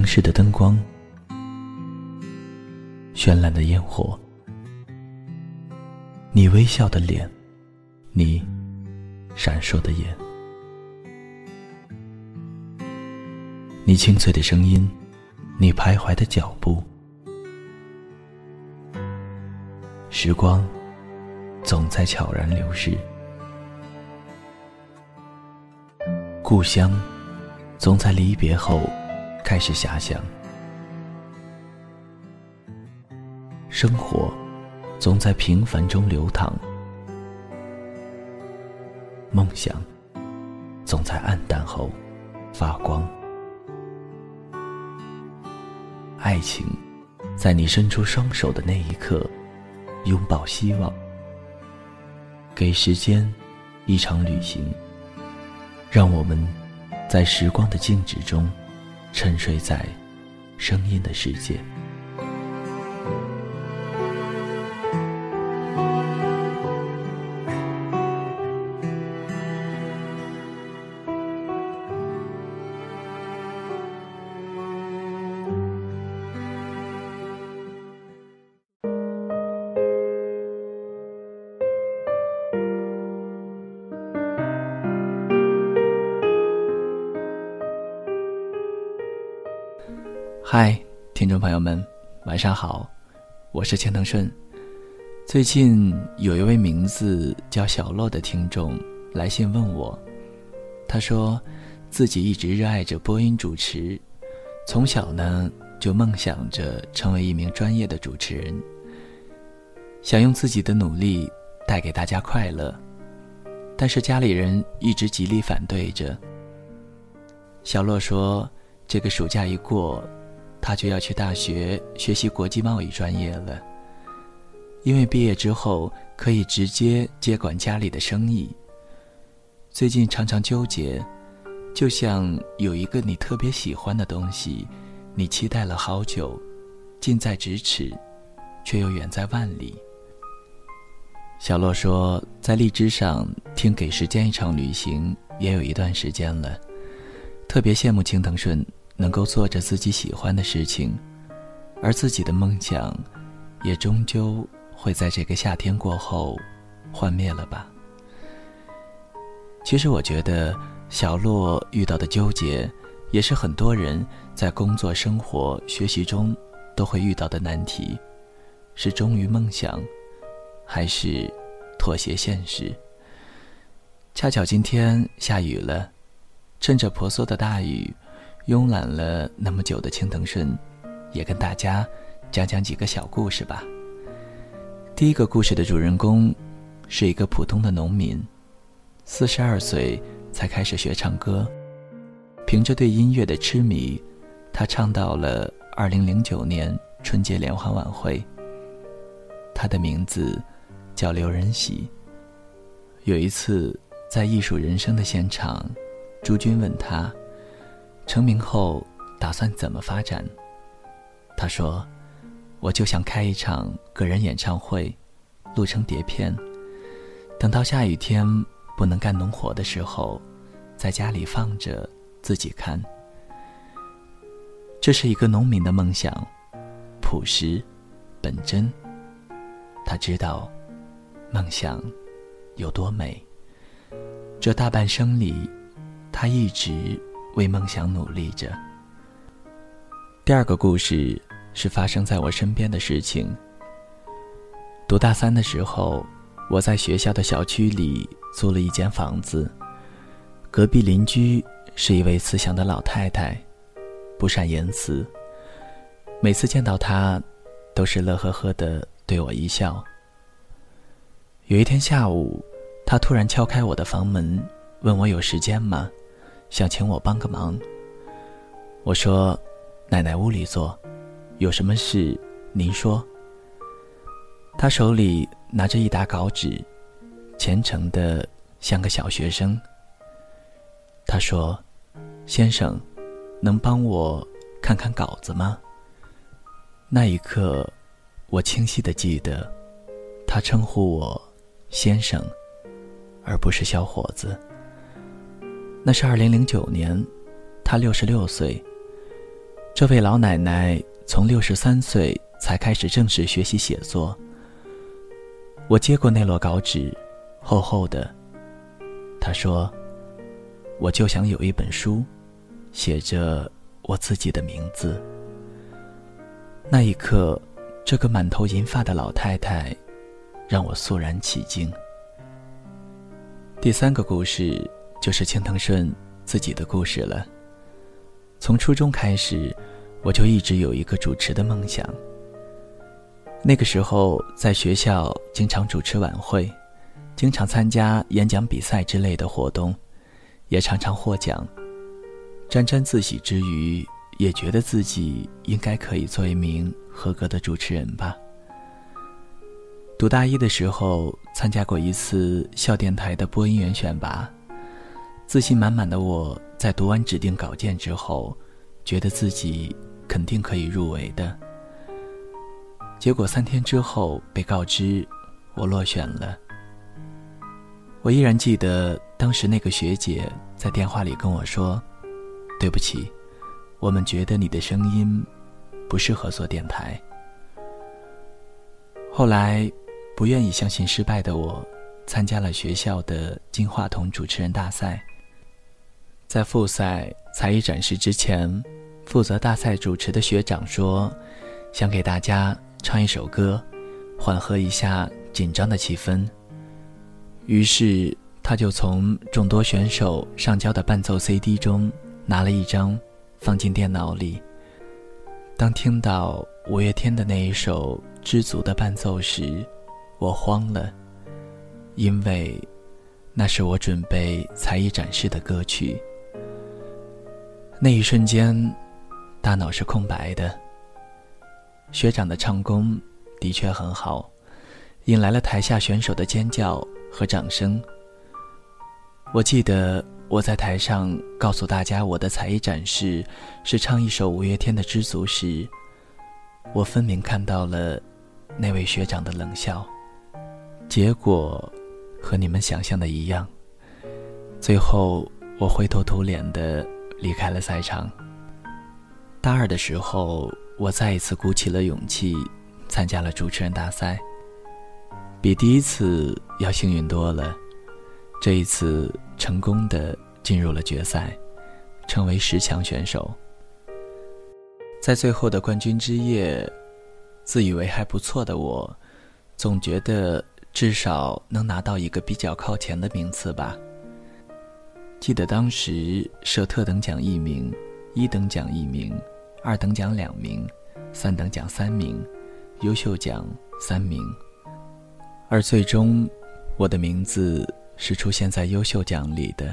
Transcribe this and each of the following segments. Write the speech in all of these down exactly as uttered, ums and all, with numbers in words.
市的灯光，绚烂的烟火，你微笑的脸，你闪烁的眼，你清脆的声音，你徘徊的脚步。时光总在悄然流逝，故乡总在离别后开始遐想，生活总在平凡中流淌，梦想总在暗淡后发光，爱情在你伸出双手的那一刻拥抱希望。给时间一场旅行，让我们在时光的静止中沉睡在声音的世界。嗨，听众朋友们，晚上好，我是钱腾顺。最近有一位名字叫小洛的听众来信问我，他说自己一直热爱着播音主持，从小呢就梦想着成为一名专业的主持人，想用自己的努力带给大家快乐，但是家里人一直极力反对着。小洛说这个暑假一过，他就要去大学学习国际贸易专业了，因为毕业之后可以直接接管家里的生意。最近常常纠结，就像有一个你特别喜欢的东西，你期待了好久，近在咫尺，却又远在万里。小洛说在荔枝上听给时间一场旅行也有一段时间了，特别羡慕青藤顺能够做着自己喜欢的事情，而自己的梦想也终究会在这个夏天过后幻灭了吧。其实我觉得小洛遇到的纠结也是很多人在工作、生活、学习中都会遇到的难题，是忠于梦想还是妥协现实。恰巧今天下雨了，趁着婆娑的大雨，慵懒了那么久的青藤顺也跟大家讲讲几个小故事吧。第一个故事的主人公是一个普通的农民，四十二岁才开始学唱歌，凭着对音乐的痴迷，他唱到了二零零九年春节联欢晚会。他的名字叫刘仁喜。有一次在艺术人生的现场，朱军问他成名后打算怎么发展。他说，我就想开一场个人演唱会，录成碟片，等到下雨天不能干农活的时候，在家里放着自己看。这是一个农民的梦想，朴实本真。他知道梦想有多美，这大半生里他一直为梦想努力着。第二个故事是发生在我身边的事情。读大三的时候，我在学校的小区里租了一间房子，隔壁邻居是一位慈祥的老太太，不善言辞，每次见到她都是乐呵呵地对我一笑。有一天下午，她突然敲开我的房门，问我有时间吗，想请我帮个忙。我说奶奶屋里坐，有什么事您说。他手里拿着一沓稿纸，虔诚的像个小学生。他说，先生，能帮我看看稿子吗？那一刻我清晰地记得，他称呼我先生而不是小伙子。那是二零零九年，他六十六岁。 这位老奶奶从六十三岁才开始正式学习写作。我接过那摞稿纸，厚厚的。她说，我就想有一本书，写着我自己的名字。那一刻，这个满头银发的老太太让我肃然起敬。第三个故事就是青藤顺自己的故事了。从初中开始，我就一直有一个主持的梦想。那个时候在学校经常主持晚会，经常参加演讲比赛之类的活动，也常常获奖。沾沾自喜之余，也觉得自己应该可以做一名合格的主持人吧。读大一的时候，参加过一次校电台的播音员选拔，自信满满的我在读完指定稿件之后，觉得自己肯定可以入围的。结果三天之后被告知我落选了。我依然记得当时那个学姐在电话里跟我说，对不起，我们觉得你的声音不适合做电台。后来不愿意相信失败的我，参加了学校的金话筒主持人大赛。在复赛才艺展示之前，负责大赛主持的学长说，想给大家唱一首歌，缓和一下紧张的气氛。于是他就从众多选手上交的伴奏 C D 中拿了一张放进电脑里。当听到五月天的那一首《知足》的伴奏时，我慌了，因为那是我准备才艺展示的歌曲。那一瞬间，大脑是空白的。学长的唱功的确很好，引来了台下选手的尖叫和掌声。我记得我在台上告诉大家我的才艺展示是唱一首五月天的《知足》时，我分明看到了那位学长的冷笑。结果和你们想象的一样，最后我灰头土脸地离开了赛场。大二的时候，我再一次鼓起了勇气参加了主持人大赛，比第一次要幸运多了。这一次成功地进入了决赛，成为十强选手。在最后的冠军之夜，自以为还不错的我，总觉得至少能拿到一个比较靠前的名次吧。记得当时设特等奖一名，一等奖一名，二等奖两名，三等奖三名，优秀奖三名。而最终我的名字是出现在优秀奖里的。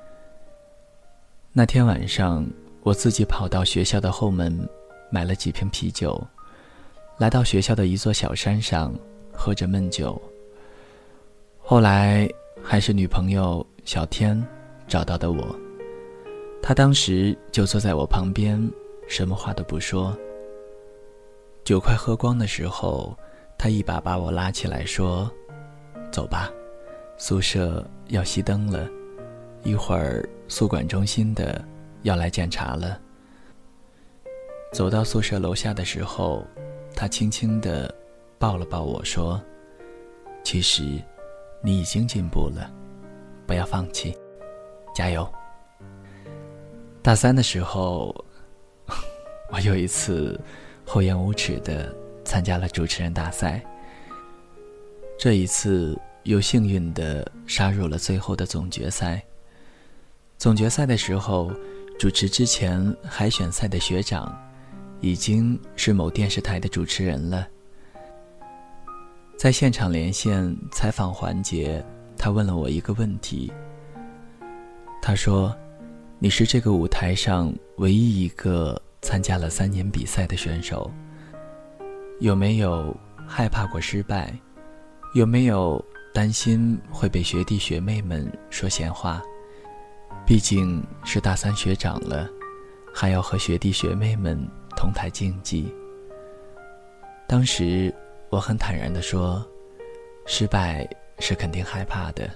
那天晚上，我自己跑到学校的后门，买了几瓶啤酒，来到学校的一座小山上，喝着闷酒。后来还是女朋友小天找到的我，她当时就坐在我旁边，什么话都不说。酒快喝光的时候，她一把把我拉起来说，走吧，宿舍要熄灯了，一会儿宿管中心的要来检查了。走到宿舍楼下的时候，她轻轻地抱了抱我说，其实你已经进步了，不要放弃，加油。大三的时候，我有一次厚颜无耻地参加了主持人大赛，这一次又幸运地杀入了最后的总决赛。总决赛的时候，主持之前海选赛的学长已经是某电视台的主持人了。在现场连线采访环节，他问了我一个问题。他说，你是这个舞台上唯一一个参加了三年比赛的选手，有没有害怕过失败？有没有担心会被学弟学妹们说闲话？毕竟是大三学长了，还要和学弟学妹们同台竞技。当时我很坦然地说，失败是肯定害怕的，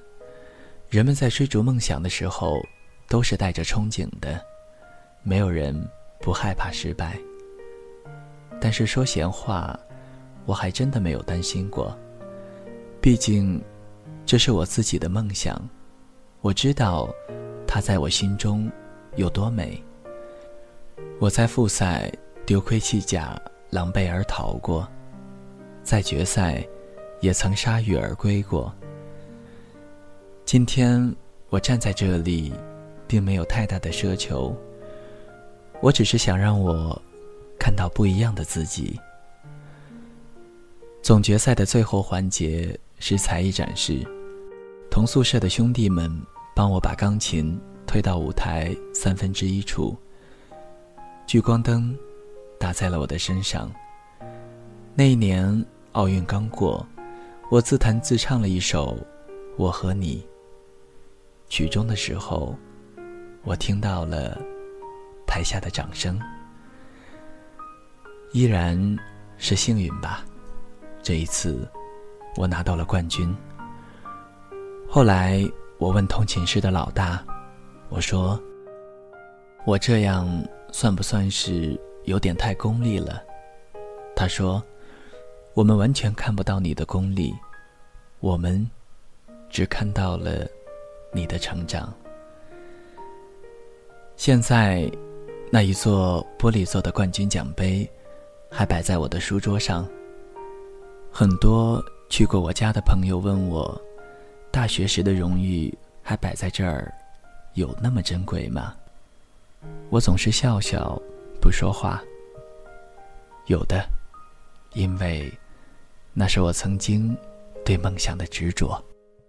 人们在追逐梦想的时候都是带着憧憬的，没有人不害怕失败。但是说闲话，我还真的没有担心过。毕竟，这是我自己的梦想，我知道它在我心中有多美。我在复赛丢盔弃甲，狼狈而逃过，在决赛也曾铩羽而归过。今天我站在这里，并没有太大的奢求，我只是想让我看到不一样的自己。总决赛的最后环节是才艺展示，同宿舍的兄弟们帮我把钢琴推到舞台三分之一处，聚光灯打在了我的身上。那一年奥运刚过，我自弹自唱了一首《我和你》。曲终的时候，我听到了台下的掌声。依然是幸运吧，这一次我拿到了冠军。后来我问同寝室的老大，我说我这样算不算是有点太功利了？他说我们完全看不到你的功利，我们只看到了你的成长。现在那一座玻璃做的冠军奖杯还摆在我的书桌上。很多去过我家的朋友问我，大学时的荣誉还摆在这儿，有那么珍贵吗？我总是笑笑不说话。有的，因为那是我曾经对梦想的执着。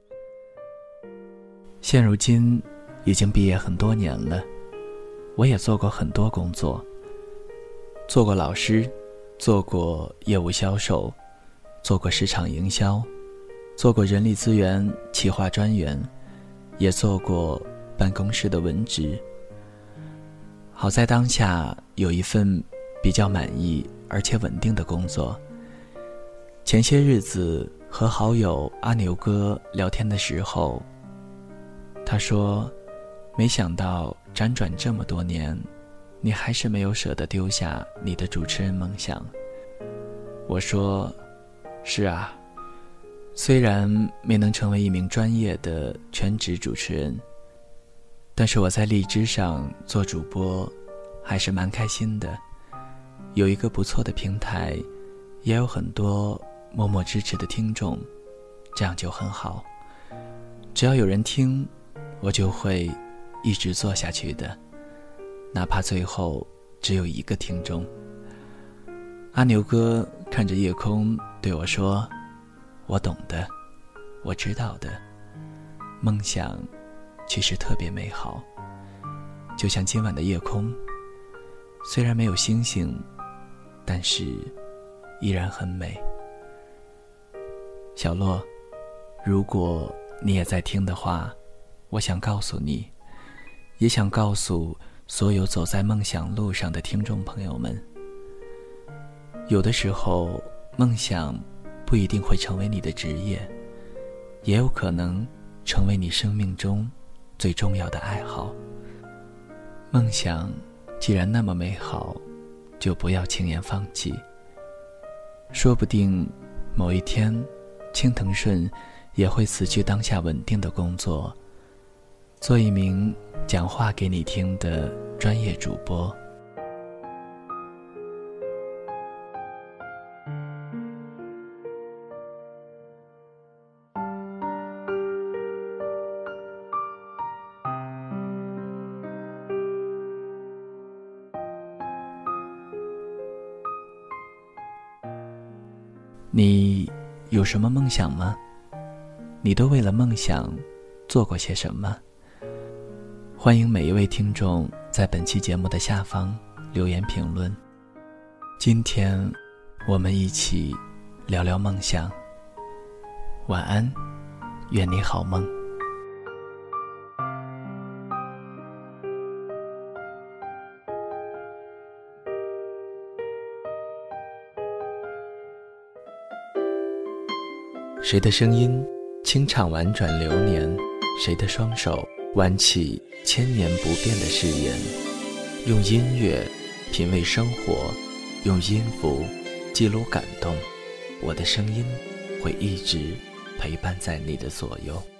现如今已经毕业很多年了，我也做过很多工作，做过老师，做过业务销售，做过市场营销，做过人力资源企划专员，也做过办公室的文职。好在当下有一份比较满意而且稳定的工作。前些日子和好友阿牛哥聊天的时候，他说没想到辗转这么多年，你还是没有舍得丢下你的主持人梦想。我说是啊，虽然没能成为一名专业的全职主持人，但是我在荔枝上做主播还是蛮开心的，有一个不错的平台，也有很多默默支持的听众，这样就很好。只要有人听，我就会一直做下去的，哪怕最后只有一个听众。阿牛哥看着夜空对我说，我懂的，我知道的，梦想其实特别美好，就像今晚的夜空，虽然没有星星，但是依然很美。小洛，如果你也在听的话，我想告诉你，也想告诉所有走在梦想路上的听众朋友们，有的时候梦想不一定会成为你的职业，也有可能成为你生命中最重要的爱好。梦想既然那么美好，就不要轻言放弃。说不定某一天，青藤顺也会辞去当下稳定的工作，做一名讲话给你听的专业主播。你有什么梦想吗？你都为了梦想做过些什么？欢迎每一位听众在本期节目的下方留言评论。今天我们一起聊聊梦想。晚安，愿你好梦。谁的声音清唱婉转流年，谁的双手挽起千年不变的誓言，用音乐品味生活，用音符记录感动。我的声音会一直陪伴在你的左右。